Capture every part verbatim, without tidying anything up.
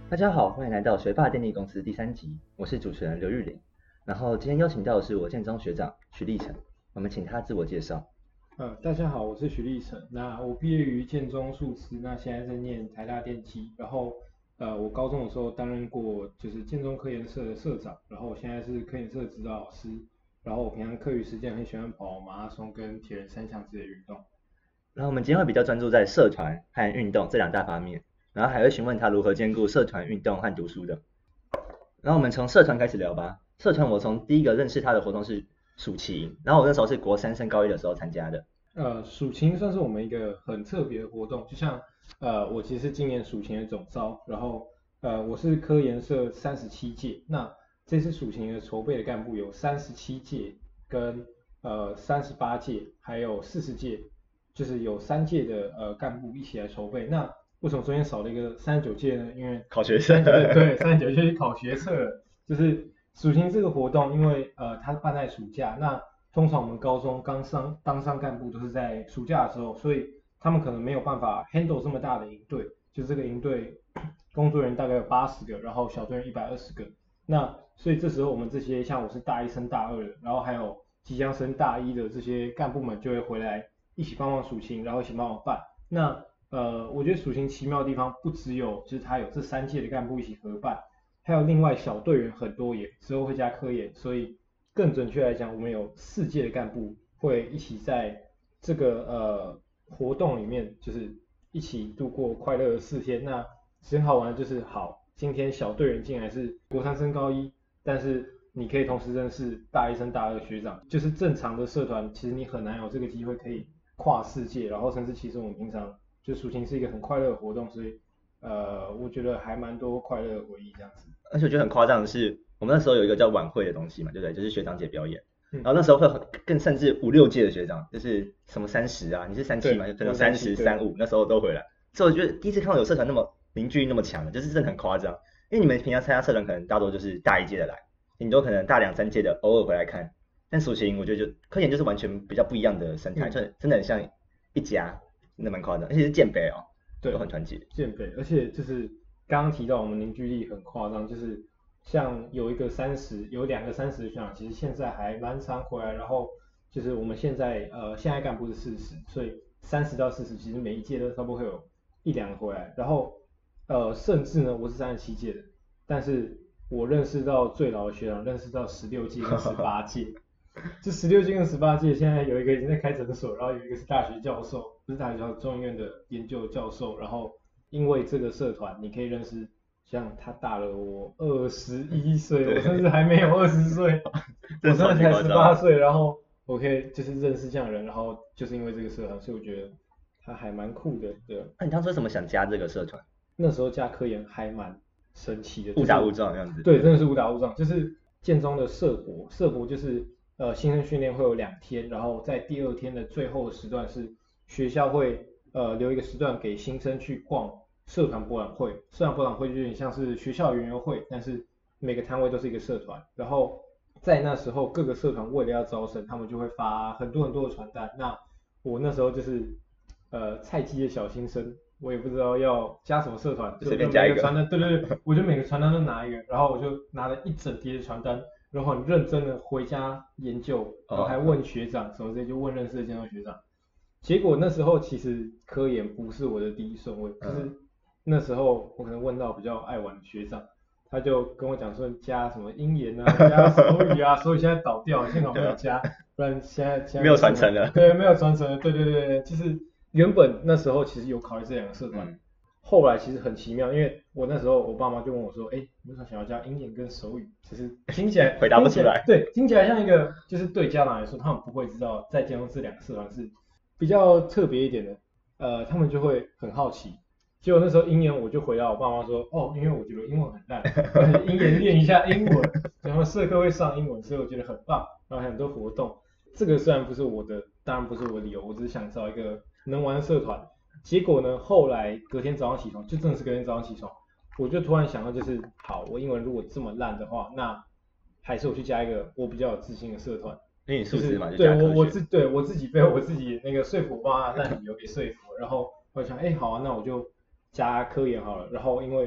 大家好，欢迎来到学霸电力公司第三集，我是主持人刘玉玲。然后今天邀请到的是我建中学长许立成，我们请他自我介绍。 呃，大家好，我是许立成。那我毕业于建中数资，那现在在念台大电机。然后，呃，我高中的时候担任过就是建中科研社的社长，然后我现在是科研社的指导老师。然后我平常课余时间很喜欢跑马拉松跟铁人三项之类的运动。 然后我们今天会比较专注在社团和运动这两大方面，然后还会询问他如何兼顾社团运动和读书的。然后我们从社团开始聊吧。社团我从第一个认识他的活动是暑期营，然后我那时候是国三升高一的时候参加的。 呃，暑勤算是我们一个很特别的活动，就像呃，我其实是今年暑勤的总招，然后呃，我是科研社三十七届，那这次暑勤的筹备的干部有三十七届跟呃三十八届，还有四十届，就是有三届的呃干部一起来筹备。那为什么中间少了一个三十九届呢？因为考学生对对，三十九届是考学测了，就是暑勤这个活动，因为呃它办在暑假，那通常我们高中刚上当上干部都是在暑假的时候，所以他们可能没有办法 handle 这么大的营队，就这个营队工作人员大概有八十个，然后小队员一百二十个，那所以这时候我们这些像我是大一升大二的，然后还有即将升大一的这些干部们就会回来一起帮忙暑勤，然后一起帮忙办。那呃，我觉得暑勤奇妙的地方不只有就是他有这三届的干部一起合办，还有另外小队员很多也之后会加科研，所以更准确来讲，我们有四届的干部会一起在这个呃活动里面，就是一起度过快乐的四天。那很好玩的就是好，今天小队员进来是国三升高一，但是你可以同时认识大一升大二学长，就是正常的社团，其实你很难有这个机会可以跨世界，然后甚至其实我们平常就暑勤是一个很快乐的活动，所以呃我觉得还蛮多快乐的回忆这样子。 而且我觉得很夸张的是，我们那时候有一个叫晚会的东西嘛，对不对？就是学长姐表演。 嗯， 然后那时候会很更甚至五六届的学长，就是什么三十啊，你是三七嘛，就可能三十、三五，那时候都回来。所以我觉得第一次看到有社团那么凝聚力那么强的，就是真的很夸张。因为你们平常参加社团可能大多就是大一届的来，顶多可能大两三届的偶尔回来看。但暑期营我觉得就科研就是完全比较不一样的生态， 嗯， 就真的很像一家，真的蛮夸张，而且是建北哦，都对， 很团结。 建北，而且就是刚刚提到我们凝聚力很夸张，就是像有一个三十，有两个三十的学长，其实现在还蛮常回来，然后就是我们现在呃现在干部是四十，所以三十到四十其实每一届都差不多会有一两个回来，然后呃甚至呢我是三十七届的，但是我认识到最老的学长，认识到十六届跟十八届，就十六届跟十八届，现在有一个已经在开诊所，然后有一个是大学教授，不是大学教授，中医院的研究教授。然后因为这个社团，你可以认识像他大了我二十一岁，我甚至还没有二十岁，我现在才十八岁，然后我可以就是认识这样的人，然后就是因为这个社团，所以我觉得他还蛮酷的，对。 那你当初为什么想加这个社团？ 那时候加科研还蛮神奇的， 误打误撞这样子。 对，真的是误打误撞，就是建中的社博，社博就是呃新生训练会有两天，然后在第二天的最后时段是学校会呃留一个时段给新生去逛社团博览会，社团博览会就有点像是学校园游会，但是每个摊位都是一个社团，然后在那时候各个社团为了要招生，他们就会发很多很多的传单，那我那时候就是呃菜鸡的小新生。我也不知道要加什么社团， 就随便加一个传单，对对对，我就每个传单都拿一个，然后我就拿了一整叠的传单，然后很认真的回家研究，然后还问学长什么之类，就问认识的建中学长。结果那时候其实科研不是我的第一顺位，就是那时候我可能问到比较爱玩的学长，他就跟我讲说加什么英研啊，加手语啊，所以现在倒掉，幸好没有加，不然现在现在没有传承了。 对，没有传承了，对对对对，就是原本那时候其实有考虑这两个社团。嗯，后来其实很奇妙，因为我那时候我爸妈就问我说，哎，为什么想要加英语跟手语？其实听起来回答不出来， 对，听起来像一个就是对家长来说，他们不会知道在建中这两个社团是比较特别一点的，呃，他们就会很好奇。结果那时候英言我就回答我爸妈说，哦，因为我觉得英文很烂，英言练一下英文，然后社课会上英文，所以我觉得很棒，然后还有很多活动。这个虽然不是我的，当然不是我的理由，我只是想找一个能玩的社团。结果呢，后来隔天早上起床，就真的是隔天早上起床，我就突然想到，就是好，我英文如果这么烂的话，那还是我去加一个我比较有自信的社团。 因为你素质嘛， 就是、对我我自对我自己被我自己那个说服我妈烂理由给说服，然后我想，哎，好啊，那我就加科研好了。然后因为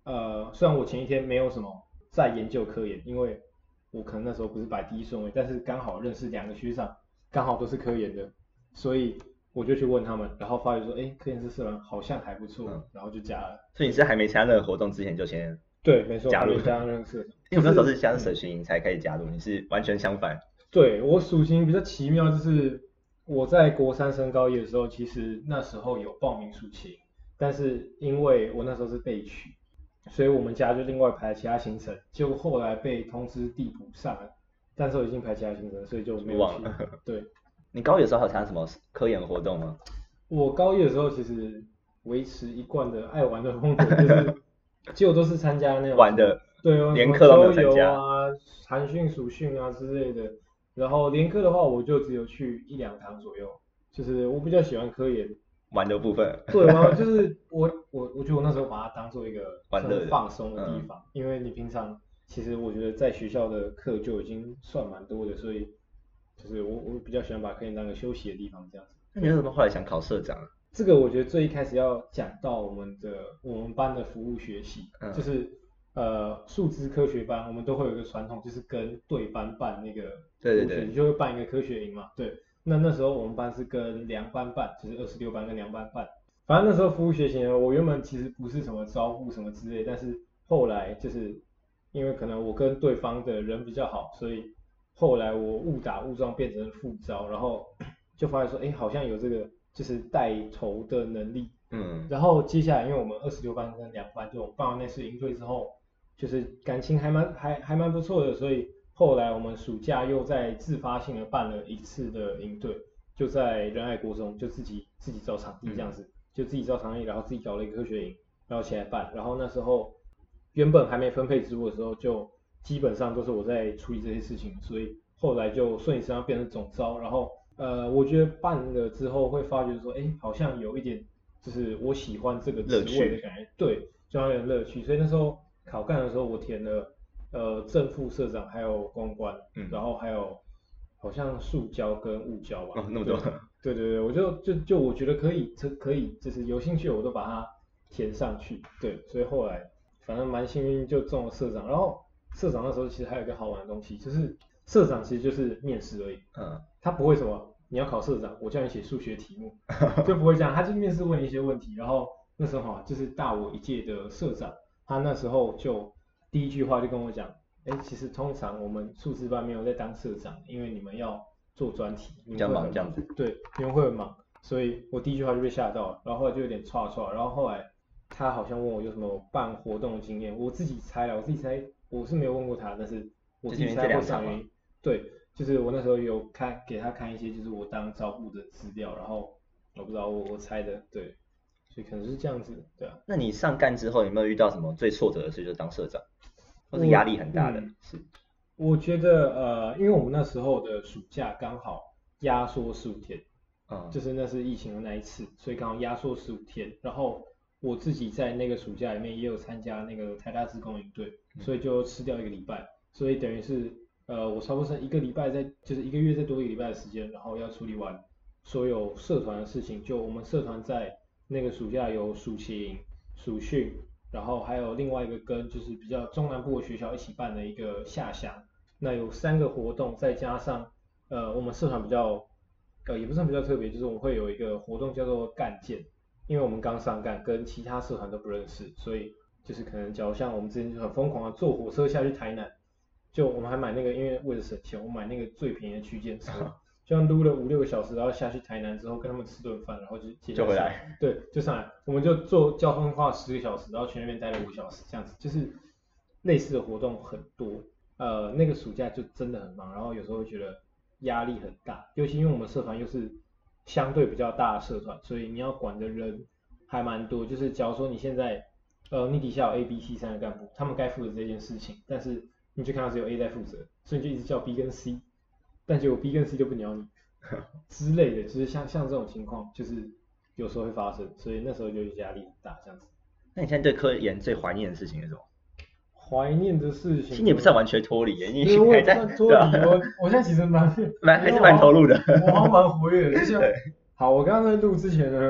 呃，虽然我前一天没有什么在研究科研，因为我可能那时候不是摆第一顺位，但是刚好认识两个学长，刚好都是科研的，所以我就去问他们，然后发觉说，哎，科研社社团好像还不错，嗯、然后就加了。 所以你是还没参加那个活动之前就先对，没错， 加入加入那个社团。 因为我那时候是加入社群营才可以加入，你是完全相反。 对，我属性比较奇妙，就是我在国三升高一的时候，其实那时候有报名暑期，但是因为我那时候是备取，所以我们家就另外排其他行程，结果后来被通知递补上了，但是我已经排其他行程，所以就没有去。对， 你高一的时候还有参加什么科研活动吗？ 我高一的时候其实维持一贯的爱玩的风格，就是结果都是参加那种玩的， 对哦， 连课都没有参加啊，寒训、暑训啊之类的。然后连课的话，我就只有去一两堂左右，就是我比较喜欢科研玩的部分。 对，然后就是我我我觉得我那时候把它当做一个玩乐放松的地方，嗯、因为你平常其实我觉得在学校的课就已经算蛮多的，所以就是我我比较喜欢把科研当个休息的地方这样子。 那你为什么后来想考社长？ 这个我觉得最一开始要讲到我们的我们班的服务学习，嗯、就是呃数资科学班，我们都会有一个传统，就是跟对班办那个对对对， 就会办一个科学营嘛，对。那那时候我们班是跟两班办，就是二十六班跟两班办。反正那时候服务学习呢，我原本其实不是什么招募什么之类，但是后来就是因为可能我跟对方的人比较好，所以后来我误打误撞变成副招，然后就发现说，哎，好像有这个就是带头的能力。嗯。然后接下来，因为我们二十六班跟两班，就我们办完那次营队之后，就是感情还蛮还还蛮不错的，所以后来我们暑假又在自发性的办了一次的营队，就在仁爱国中，就自己自己找场地这样子，嗯、就自己找场地，然后自己搞了一个科学营，然后起来办。然后那时候原本还没分配职务的时候，就基本上都是我在处理这些事情，所以后来就顺理成章变成总招。然后呃，我觉得办了之后会发觉说，哎，好像有一点就是我喜欢这个职位的感觉，对，就有点乐趣。所以那时候考干的时候，我填了。呃，正副社长还有公关，嗯、然后还有好像塑胶跟物胶吧， 哦，那么多， 对对对，我就就就我觉得可以，可以，就是有兴趣我都把它填上去，对，所以后来反正蛮幸运就中了社长，然后社长那时候其实还有一个好玩的东西，就是社长其实就是面试而已，嗯，他不会什么你要考社长，我叫你写数学题目，就不会这样，他就面试问一些问题，然后那时候哈就是大我一届的社长，他那时候就。第一句话就跟我讲，哎，其实通常我们数资班没有在当社长，因为你们要做专题，你们会很忙，对，你们会很忙，所以我第一句话就被吓到了，然后后来就有点歘歘，然后后来他好像问我有什么办活动的经验，我自己猜了，我自己猜，我是没有问过他，但是我自己猜会上原因，对，就是我那时候有看给他看一些就是我当招募的资料，然后我不知道我我猜的，对。所以可能是这样子，对啊。 那你上干之后有没有遇到什么最挫折的事，就是当社长，或是压力很大的事？ 嗯、我觉得呃，因为我们那时候的暑假刚好压缩十五天，嗯，就是那是疫情的那一次，所以刚好压缩十五天。然后我自己在那个暑假里面也有参加那个台大志工营队，所以就吃掉一个礼拜，所以等于是呃，我差不多是一个礼拜在，就是一个月再多一个礼拜的时间，然后要处理完所有社团的事情。就我们社团在那个暑假有暑期营、暑训，然后还有另外一个跟就是比较中南部的学校一起办的一个下乡，那有三个活动，再加上呃我们社团比较呃也不算比较特别，就是我们会有一个活动叫做干建，因为我们刚上干，跟其他社团都不认识，所以就是可能假如像我们之前就很疯狂的坐火车下去台南，就我们还买那个因为为了省钱，我买那个最便宜的区间车。就像撸了五六个小时，然后下去台南之后跟他们吃顿饭，然后就接就回来， 对，就上来，我们就坐交通花了十个小时，然后去那边待了五小时，这样子，就是类似的活动很多，呃，那个暑假就真的很忙，然后有时候会觉得压力很大，尤其因为我们社团又是相对比较大的社团，所以你要管的人还蛮多，就是假如说你现在，呃，你底下有 A、B、C 三个干部，他们该负责这件事情，但是你就看到只有 A 在负责，所以你就一直叫 B 跟 C。但结果 B 跟 C 就不鸟你之类的，就是像像这种情况，就是有时候会发生，所以那时候就压力很大这样子。 那你现在对科研最怀念的事情是什么？ 怀念的事情， 其实你也不算完全脱离，你还在脱离。我我现在其实蛮蛮还是蛮投入的， 我好像蛮活跃的。就像好，我刚刚在录之前呢，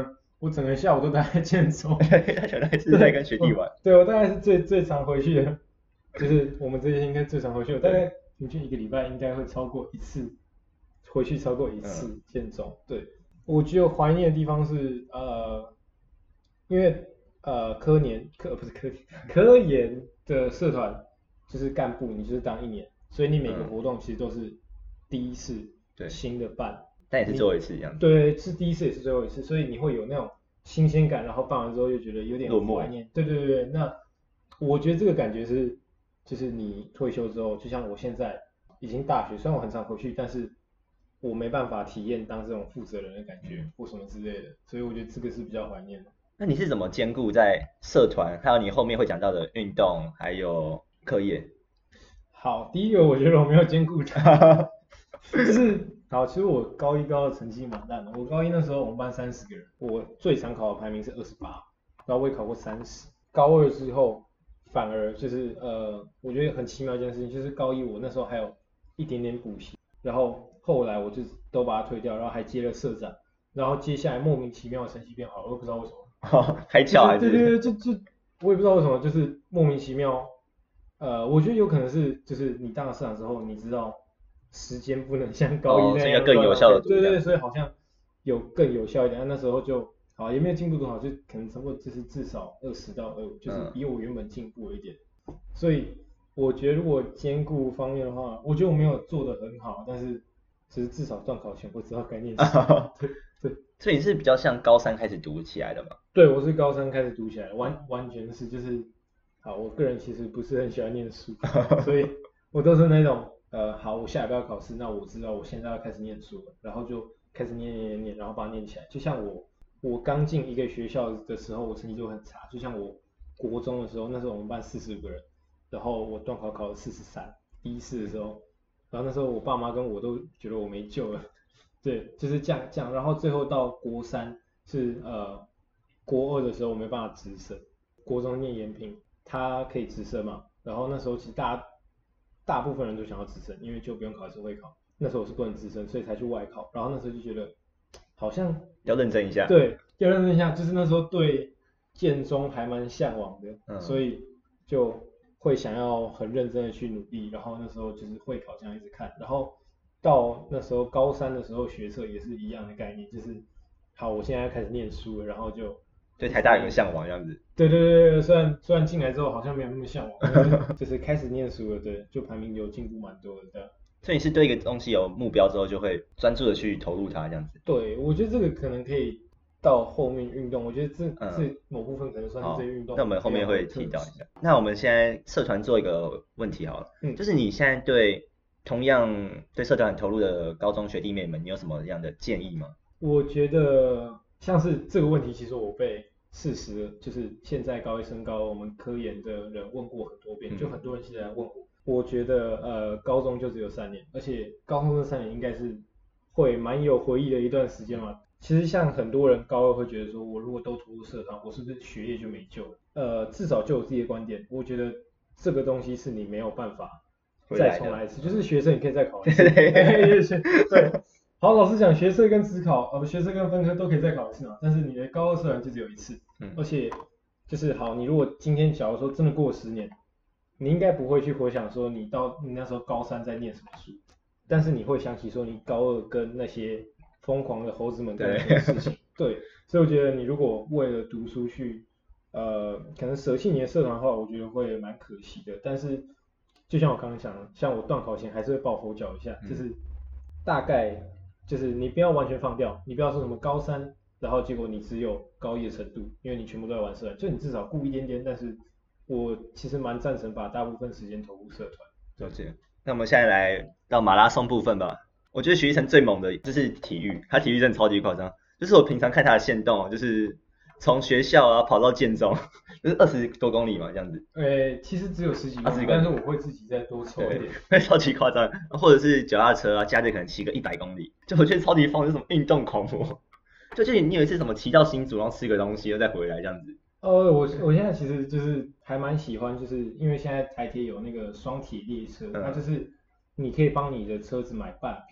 我整个下午都待在建中。 他全来是在跟学弟玩。 对，我大概是最最常回去的，就是我们这些应该最常回去，我大概平均一个礼拜应该会超过一次，回去超过一次建中。嗯、对，我觉得怀念的地方是呃，因为呃科研科不是科科研的社团就是干部，你就是当一年，所以你每个活动其实都是第一次新的办。 嗯但也是最后一次一样。 对，是第一次也是最后一次，所以你会有那种新鲜感，然后办完之后又觉得有点怀念。对对对，那我觉得这个感觉是，就是你退休之后，就像我现在已经大学，虽然我很常回去，但是我没办法体验当这种负责人的感觉、嗯、或什么之类的，所以我觉得这个是比较怀念的。 那你是怎么兼顾在社团，还有你后面会讲到的运动，还有课业？ 好，第一个我觉得我没有兼顾它，就是。好，其实我高一高二成绩蛮烂的。我高一那时候我们班三十个人，我最常考的排名是二十八，然后我也考过三十。高二之后反而就是呃，我觉得很奇妙一件事情，就是高一我那时候还有一点点补习，然后后来我就都把它推掉，然后还接了社长，然后接下来莫名其妙的成绩变好了，我也不知道为什么。 开窍还是？ 对对对，就就我也不知道为什么，就是莫名其妙。呃，我觉得有可能是就是你当了社长之后，你知道。时间不能像高一那样、 哦、更有效的， 对对对，所以好像有更有效一点。那时候就好，也没有进步多少，就可能差不多就是至少二十到二五，就是比我原本进步了一点。嗯、所以我觉得如果兼顾方面的话，我觉得我没有做得很好，但是其实至少段考前我知道该念什么。对对。 所以你是比较像高三开始读起来的吗？ 对，我是高三开始读起来，完完全是就是好，我个人其实不是很喜欢念书，所以我都是那种。呃，好，我下礼拜要考试，那我知道我现在要开始念书了，然后就开始念念念念，然后把它念起来。就像我，我刚进一个学校的时候，我成绩就很差。就像我国中的时候，那时候我们班四十个人，然后我段考考了四十三，第一次的时候，然后那时候我爸妈跟我都觉得我没救了，对，就是这样这样。然后最后到国三是呃国二的时候我没办法直升，国中念延平，他可以直升嘛，然后那时候其实大家。大部分人都想要直升，因为就不用考试会考。那时候我是不能直升，所以才去外考。然后那时候就觉得好像要认真一下。 对，要认真一下，就是那时候对建中还蛮向往的，嗯、所以就会想要很认真的去努力。然后那时候就是会考这样一直看，然后到那时候高三的时候学测也是一样的概念，就是好，我现在要开始念书了，然后就。 对台大有个向往这样子。 对对对对，虽然虽然进来之后好像没有那么向往，但是就是开始念书了，对，就排名有进步蛮多的这样。 所以你是对一个东西有目标之后，就会专注的去投入它这样子。 对，我觉得这个可能可以到后面运动，我觉得这这、嗯、某部分可能算是这运动。 那我们后面会提到一下。那我们现在社团做一个问题好了，嗯、就是你现在对同样对社团很投入的高中学弟妹们，你有什么样的建议吗？ 我觉得像是这个问题，其实我被。事实就是现在高一升高，我们科研的人问过很多遍，就很多人现在问我。我觉得呃高中就只有三年，而且高中这三年应该是会蛮有回忆的一段时间嘛。其实像很多人高二会觉得说，我如果都投入社团，我是不是学业就没救了？呃，至少就我自己的观点，我觉得这个东西是你没有办法再重来一次，就是学生你可以再考一次。对。好，老实讲，学测跟指考，呃，学测跟分科都可以再考一次嘛，但是你的高二社团就只有一次，嗯，而且就是好，你如果今天假如说真的过了十年，你应该不会去回想说你到你那时候高三在念什么书，但是你会想起说你高二跟那些疯狂的猴子们干的事情，对，所以我觉得你如果为了读书去，呃，可能舍弃你的社团的话，我觉得会蛮可惜的，但是就像我刚刚讲的，像我段考前还是会抱佛脚一下，嗯、就是大概。就是你不要完全放掉，你不要说什么高三，然后结果你只有高一的程度，因为你全部都在玩社团，就你至少顾一点点。但是我其实蛮赞成把大部分时间投入社团。 了解。那我们现在来到马拉松部分吧。我觉得许一成最猛的就是体育，他体育真的超级夸张。就是我平常看他的限动，就是从学校啊跑到建中，就是二十多公里嘛这样子。 呃，其实只有十几公里，但是我会自己再多凑一点。 会超级夸张，或者是脚踏车啊，假日可能骑个一百公里，就我觉得超级疯，就是什么运动狂魔。就就你有一次什么骑到新竹，然后吃个东西，又再回来这样子。 哦，我我现在其实就是还蛮喜欢，就是因为现在台铁有那个双铁列车，它、嗯、就是你可以帮你的车子买半票，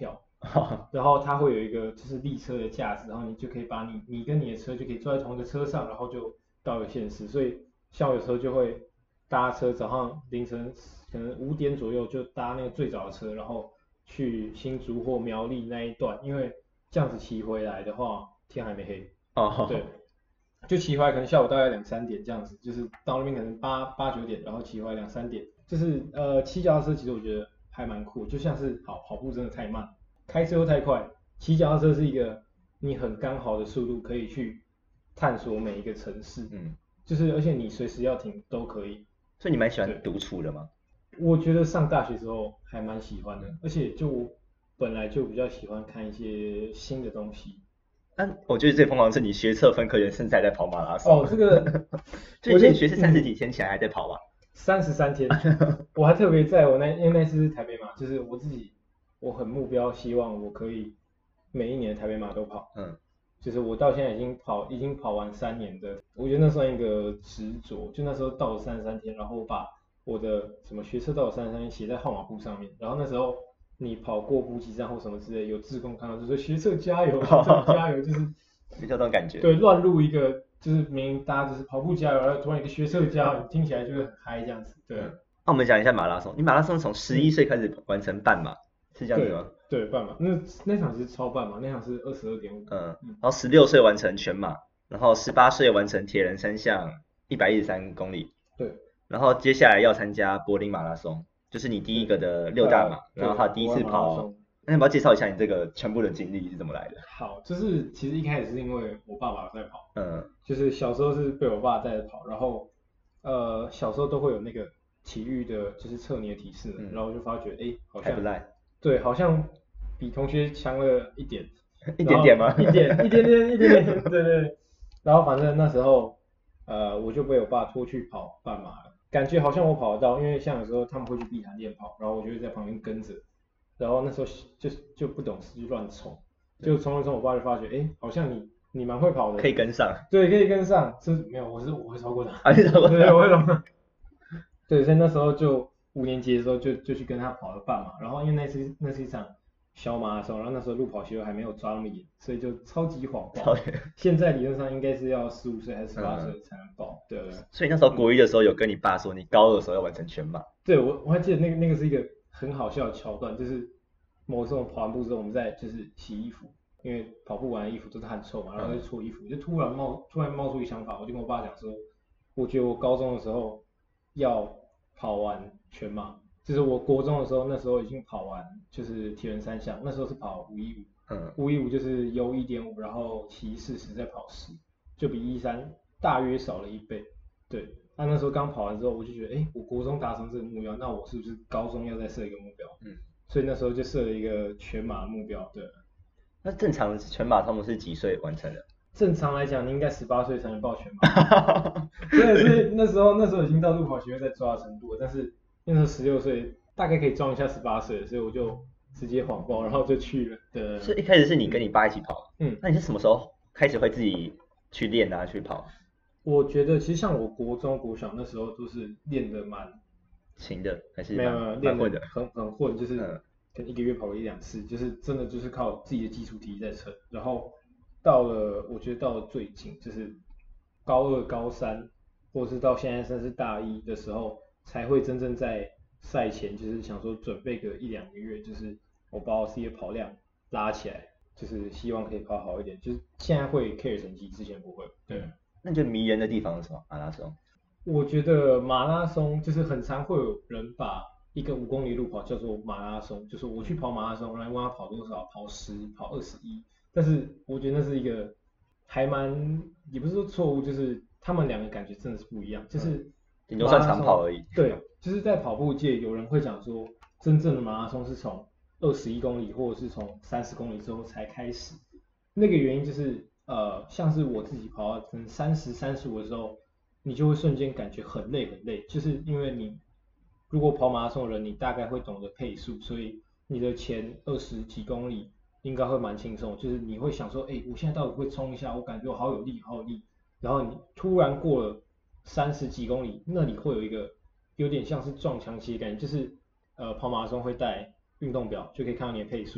然后它会有一个就是立车的架子，然后你就可以把你你跟你的车就可以坐在同一个车上，然后就到了县市。所以像我有时候就会搭车，早上凌晨可能五点左右就搭那个最早的车，然后去新竹或苗栗那一段，因为这样子骑回来的话天还没黑。 哦， 对，就骑回来可能下午大概两三点这样子，就是到那边可能八八九点，然后骑回来两三点，就是呃骑脚踏车其实我觉得还蛮酷，就像是跑跑步真的太慢，开车又太快，骑脚踏车是一个你很刚好的速度可以去探索每一个城市， 嗯， 就是而且你随时要停都可以。 所以你蛮喜欢独处的吗？ 我觉得上大学之后还蛮喜欢的，而且就我本来就比较喜欢看一些新的东西。 但、啊、我觉得最疯狂的是你学测分科员，甚至还在跑马拉松。 哦，这个， 就你学是三十几天前还在跑吧？ 三十三天，我还特别在我那，因为那次是台北马，就是我自己，我很目标，希望我可以每一年台北马都跑。嗯。就是我到现在已经跑，已经跑完三年的，我觉得那算一个执着。就那时候到了三十三天，然后我把我的什么学测到了三十三天写在号码布上面，然后那时候你跑过补给站或什么之类，有志工看到就说学测加油，学测加油，就是比较这种感觉。 对，乱入一个就是明明大家就是跑步加油，然后突然一个学测加油，听起来就会很嗨这样子。对。那、 嗯啊、我们讲一下马拉松，你马拉松从十一岁开始完成半马，是这样子吗？ 对，半马，那那场是超半马，那场是二十二点五。 嗯，然后十六岁完成全马，然后十八岁完成铁人三项一百一十三公里。 对。 然后接下来要参加柏林马拉松，就是你第一个的六大马，然后他第一次跑。那你要不要介绍一下你这个全部的经历是怎么来的？ 好，就是其实一开始是因为我爸爸在跑， 嗯， 就是小时候是被我爸带着跑，然后呃小时候都会有那个体育的，就是测你的体适能，嗯、然后就发觉哎好像还不赖， 对，好像比同学强了一点， 一点点吗？ 一点一点点一点点，对对。然后反正那时候呃我就被我爸拖去跑半马了，感觉好像我跑得到，因为像有时候他们会去碧潭练跑，然后我就会在旁边跟着。然后那时候就就不懂事就乱冲，就冲一冲，我爸就发觉，哎，好像你你蛮会跑的， 可以跟上。 对，可以跟上，是没有，我是我会超过他， 啊，你超过他， 对，我会超过。对，所以那时候就五年级的时候就就去跟他跑了半马，然后因为那是那是一场小马拉松，然后那时候路跑协会还没有抓那么严，所以就超级谎报。现在理论上应该是要十五岁还是十八岁才能报，对。 所以那时候国一的时候有跟你爸说，你高二的时候要完成全马。 对，我我还记得那个那个是一个很好笑的桥段，就是某次我们跑完步之后，我们在就是洗衣服，因为跑步完的衣服都是汗臭嘛，然后就搓衣服，就突然冒突然冒出一个想法，我就跟我爸讲说，我觉得我高中的时候要跑完全马，就是我国中的时候，那时候已经跑完就是铁人三项，那时候是跑五一五，嗯，五一五就是游一点五，然后骑四十再跑十，就比一三大约少了一倍，对。那、啊、那时候刚跑完之后，我就觉得，哎，我国中达成这个目标，那我是不是高中要再设一个目标？嗯，所以那时候就设了一个全马目标。对。 那正常全马他们是几岁完成的？ 正常来讲，你应该十八岁才能报全马。对，所以那时候那时候已经到路跑协会在抓的程度了，但是那时候十六岁，大概可以装一下十八岁，所以我就直接谎报，然后就去了。对。 所以一开始是你跟你爸一起跑。嗯。那你是什么时候开始会自己去练啊，去跑？ 我觉得其实像我国中、国小那时候都是练得蛮勤的，还是没有没有练得很很混，就是可能一个月跑个一两次，就是真的就是靠自己的基础体力在撑。然后到了我觉得到了最近就是高二、高三，或是到现在甚至大一的时候，才会真正在赛前就是想说准备个一两个月，就是我把我自己的跑量拉起来，就是希望可以跑好一点。就是现在会 care 成绩，之前不会。对。 那你觉得迷人的地方是什么？马拉松？ 我觉得马拉松就是很常会有人把一个五公里路跑叫做马拉松，就是我去跑马拉松，然后问他跑多少，跑十，跑二十一。但是我觉得那是一个还蛮，也不是说错误，就是他们两个感觉真的是不一样。就是顶多算长跑而已。 对，就是在跑步界有人会讲说，真正的马拉松是从二十一公里或者是从三十公里之后才开始。那个原因就是。呃，像是我自己跑到可能三十、三十五的时候，你就会瞬间感觉很累很累，就是因为你如果跑马拉松的人，你大概会懂得配速，所以你的前二十几公里应该会蛮轻松，就是你会想说，哎、欸，我现在到底会冲一下，我感觉我好有力，好有力，然后你突然过了三十几公里，那里会有一个有点像是撞墙期的感觉，就是呃跑马拉松会带运动表，就可以看到你的配速。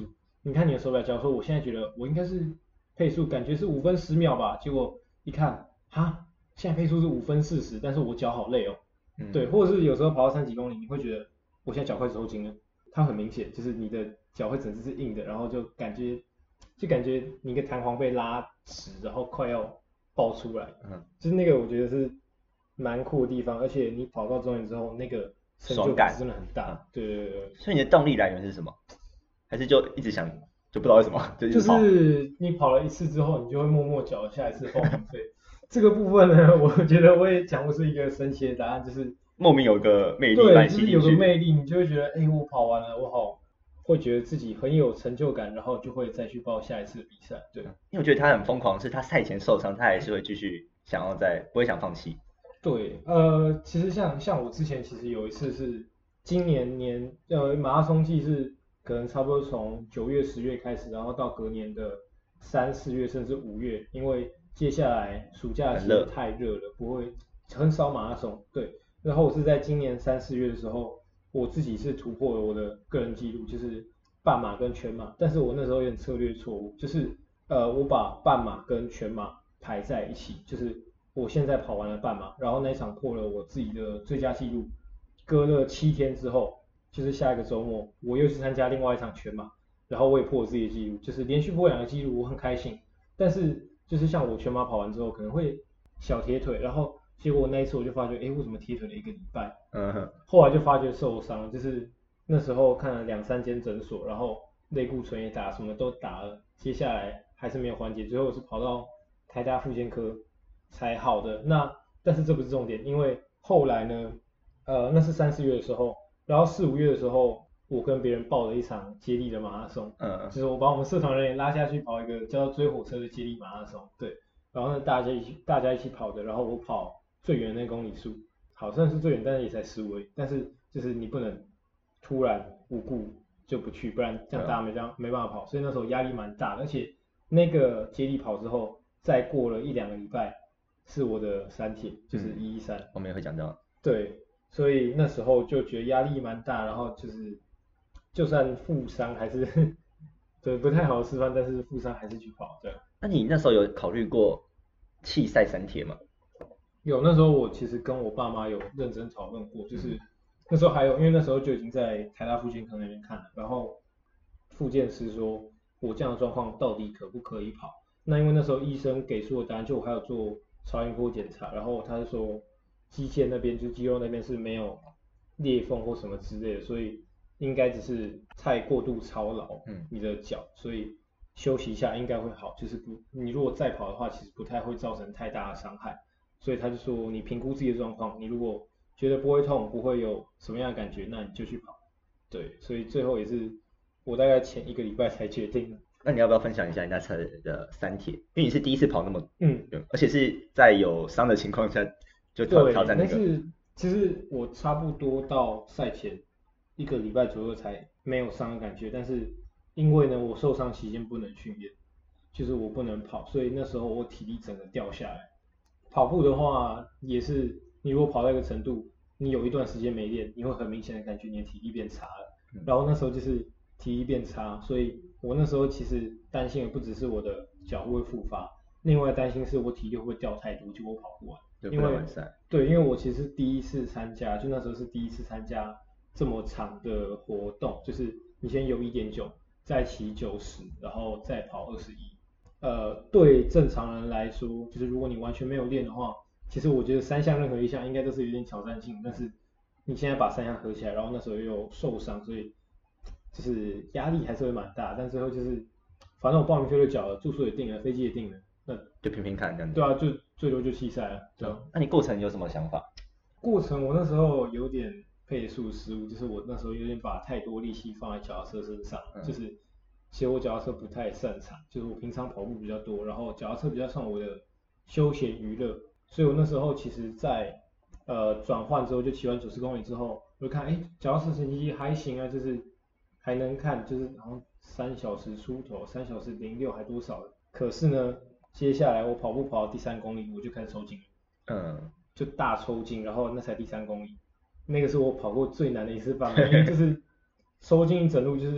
你看你的手表，假如说我现在觉得我应该是配速感觉是五分十秒吧，结果一看，哈，现在配速是五分四十，但是我脚好累哦。嗯、对，或者是有时候跑到三几公里，你会觉得我现在脚快抽筋了，它很明显就是你的脚会整只是硬的，然后就感觉就感觉你一个弹簧被拉直，然后快要爆出来，嗯，就是那个我觉得是蛮酷的地方，而且你跑到终点之后，那个成就感真的很大。嗯、对对对。 所以你的动力来源是什么？还是就一直想，就不知道为什么就一直跑？就是你跑了一次之后，你就会默默缴下一次报名费。这个部分呢，我觉得我也讲不出一个神奇的答案，就是莫名有个魅力， 对，就是有个魅力，你就会觉得，哎、欸，我跑完了，我好，会觉得自己很有成就感，然后就会再去报下一次的比赛。对， 因为我觉得他很疯狂，是他赛前受伤，他还是会继续想要再，不会想放弃。 对，呃，其实像像我之前其实有一次是今年年呃马拉松季是可能差不多从九月十月开始，然后到隔年的三四月甚至五月，因为接下来暑假其实太热了，不会很少马拉松。对，然后我是在今年三四月的时候，我自己是突破了我的个人纪录，就是半马跟全马，但是我那时候有点策略错误，就是呃我把半马跟全马排在一起，就是我现在跑完了半马，然后那一场破了我自己的最佳纪录，隔了七天之后，就是下一个周末我又去参加另外一场全马，然后我也破我自己的纪录，就是连续破两个纪录，我很开心。但是就是像我全马跑完之后可能会小铁腿，然后结果那一次我就发觉，哎，为什么铁腿了一个礼拜？嗯哼。后来就发觉受伤，就是那时候看了两三间诊所，然后类固醇也打，什么都打了，接下来还是没有缓解，最后是跑到台大复健科才好的。那但是这不是重点，因为后来呢，呃，那是三四月的时候，然后四五月的时候，我跟别人报了一场接力的马拉松，嗯，就是我把我们社团人也拉下去跑一个叫做追火车的接力马拉松，对，然后呢大家一起大家一起跑的，然后我跑最远的那公里数，好像是最远，但是也才十五而已，但是就是你不能突然无故就不去，不然这样大家没这样没办法跑，所以那时候压力蛮大的，而且那个接力跑之后，再过了一两个礼拜是我的三铁，就是一一三， 我们也会讲到， 对。所以那时候就觉得压力蛮大，然后就是就算负伤还是对不太好的示范，但是负伤还是去跑对。 那你那时候有考虑过弃赛三铁吗？ 有，那时候我其实跟我爸妈有认真讨论过，就是那时候还有，因为那时候就已经在台大复健科那边看了，然后复健师说我这样的状况到底可不可以跑？那因为那时候医生给出的答案，就我还有做超音波检查，然后他就说肌腱那边就肌肉那边是没有裂缝或什么之类的，所以应该只是太过度操劳你的脚，所以休息一下应该会好，就是不你如果再跑的话，其实不太会造成太大的伤害，所以他就说你评估自己的状况，你如果觉得不会痛，不会有什么样的感觉，那你就去跑。对，所以最后也是我大概前一个礼拜才决定的。 那你要不要分享一下你那次的三铁？因为你是第一次跑那么嗯，而且是在有伤的情况下就挑挑战那个。 但是其实我差不多到赛前一个礼拜左右才没有伤的感觉，但是因为呢我受伤期间不能训练，就是我不能跑，所以那时候我体力整个掉下来。跑步的话也是，你如果跑到一个程度，你有一段时间没练，你会很明显的感觉你的体力变差了。嗯、然后那时候就是体力变差，所以我那时候其实担心的不只是我的脚会不会复发，另外担心是我体力会不会掉太多，就我跑不完。因为对，因为我其实第一次参加，就那时候是第一次参加这么长的活动，就是你先游一点九，再骑九十，然后再跑二十一。呃，对正常人来说，就是如果你完全没有练的话，其实我觉得三项任何一项应该都是有点挑战性，但是你现在把三项合起来，然后那时候又有受伤，所以就是压力还是会蛮大，但最后就是反正我报名费都缴了，住宿也定了，飞机也定了，那就拼拼看这样子。 对啊，就最多就弃赛了。对啊。 那你过程有什么想法？ 过程我那时候有点配速失误，就是我那时候有点把太多力气放在脚踏车身上，嗯、就是其实我脚踏车不太擅长，就是我平常跑步比较多，然后脚踏车比较算我的休闲娱乐，所以我那时候其实在呃转换之后，就骑完九十公里之后，我就看哎脚踏车成绩还行啊，就是还能看，就是好像三小时出头，三小时零六还多少的，可是呢。接下来我跑步跑到第三公里，我就开始抽筋了，嗯，就大抽筋，然后那才第三公里，那个是我跑过最难的一次半马，因为就是抽筋一整路就是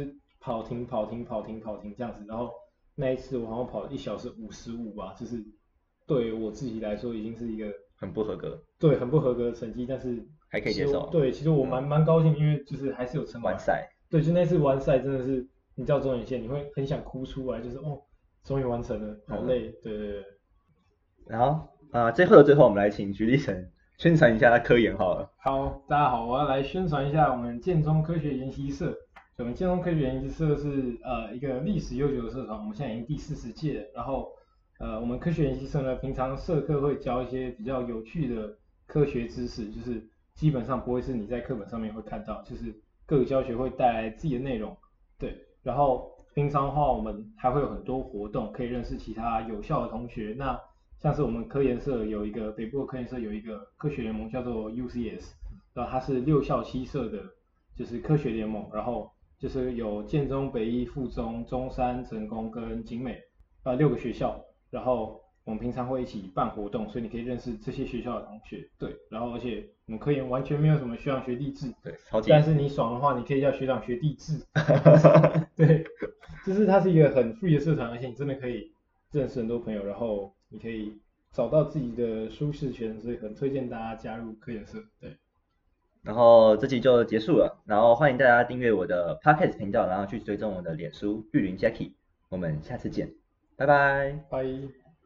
跑停跑停跑停跑停这样子，然后那一次我好像跑了一小时五十五吧，就是对我自己来说已经是一个很不合格， 对很不合格的成绩，但是还可以接受。 对，其实我蛮蛮、嗯、高兴，因为就是还是有成完赛。 对，就那次完赛真的是你到终点线，你会很想哭出来，就是哦，终于完成了，好累，嗯、对对对。 然后啊、呃，最后的最后，我们来请徐立成宣传一下他科研好了。 好，大家好，我要来宣传一下我们建中科学研习社。我们建中科学研习社是呃一个历史悠久的社团，我们现在已经第四十届了。然后呃我们科学研习社呢，平常社课会教一些比较有趣的科学知识，就是基本上不会是你在课本上面会看到，就是各个教学会带来自己的内容。对，然后平常的话，我们还会有很多活动，可以认识其他有效的同学。那像是我们科研社有一个北部的科研社有一个科学联盟叫做 U C S， 然后它是六校七社的，就是科学联盟，然后就是有建中、北一、附中、中山、成功跟景美，呃六个学校，然后我们平常会一起办活动，所以你可以认识这些学校的同学，对，然后而且我们科研完全没有什么学长学弟制， 对，超级， 但是你爽的话，你可以叫学长学弟制，对，就是它是一个很 free 的社团，而且你真的可以认识很多朋友，然后你可以找到自己的舒适圈，所以很推荐大家加入科研社，对。 然后这集就结束了，然后欢迎大家订阅我的 Podcast 频道，然后去追踪我的脸书玉林 Jackie， 我们下次见，拜拜。 拜。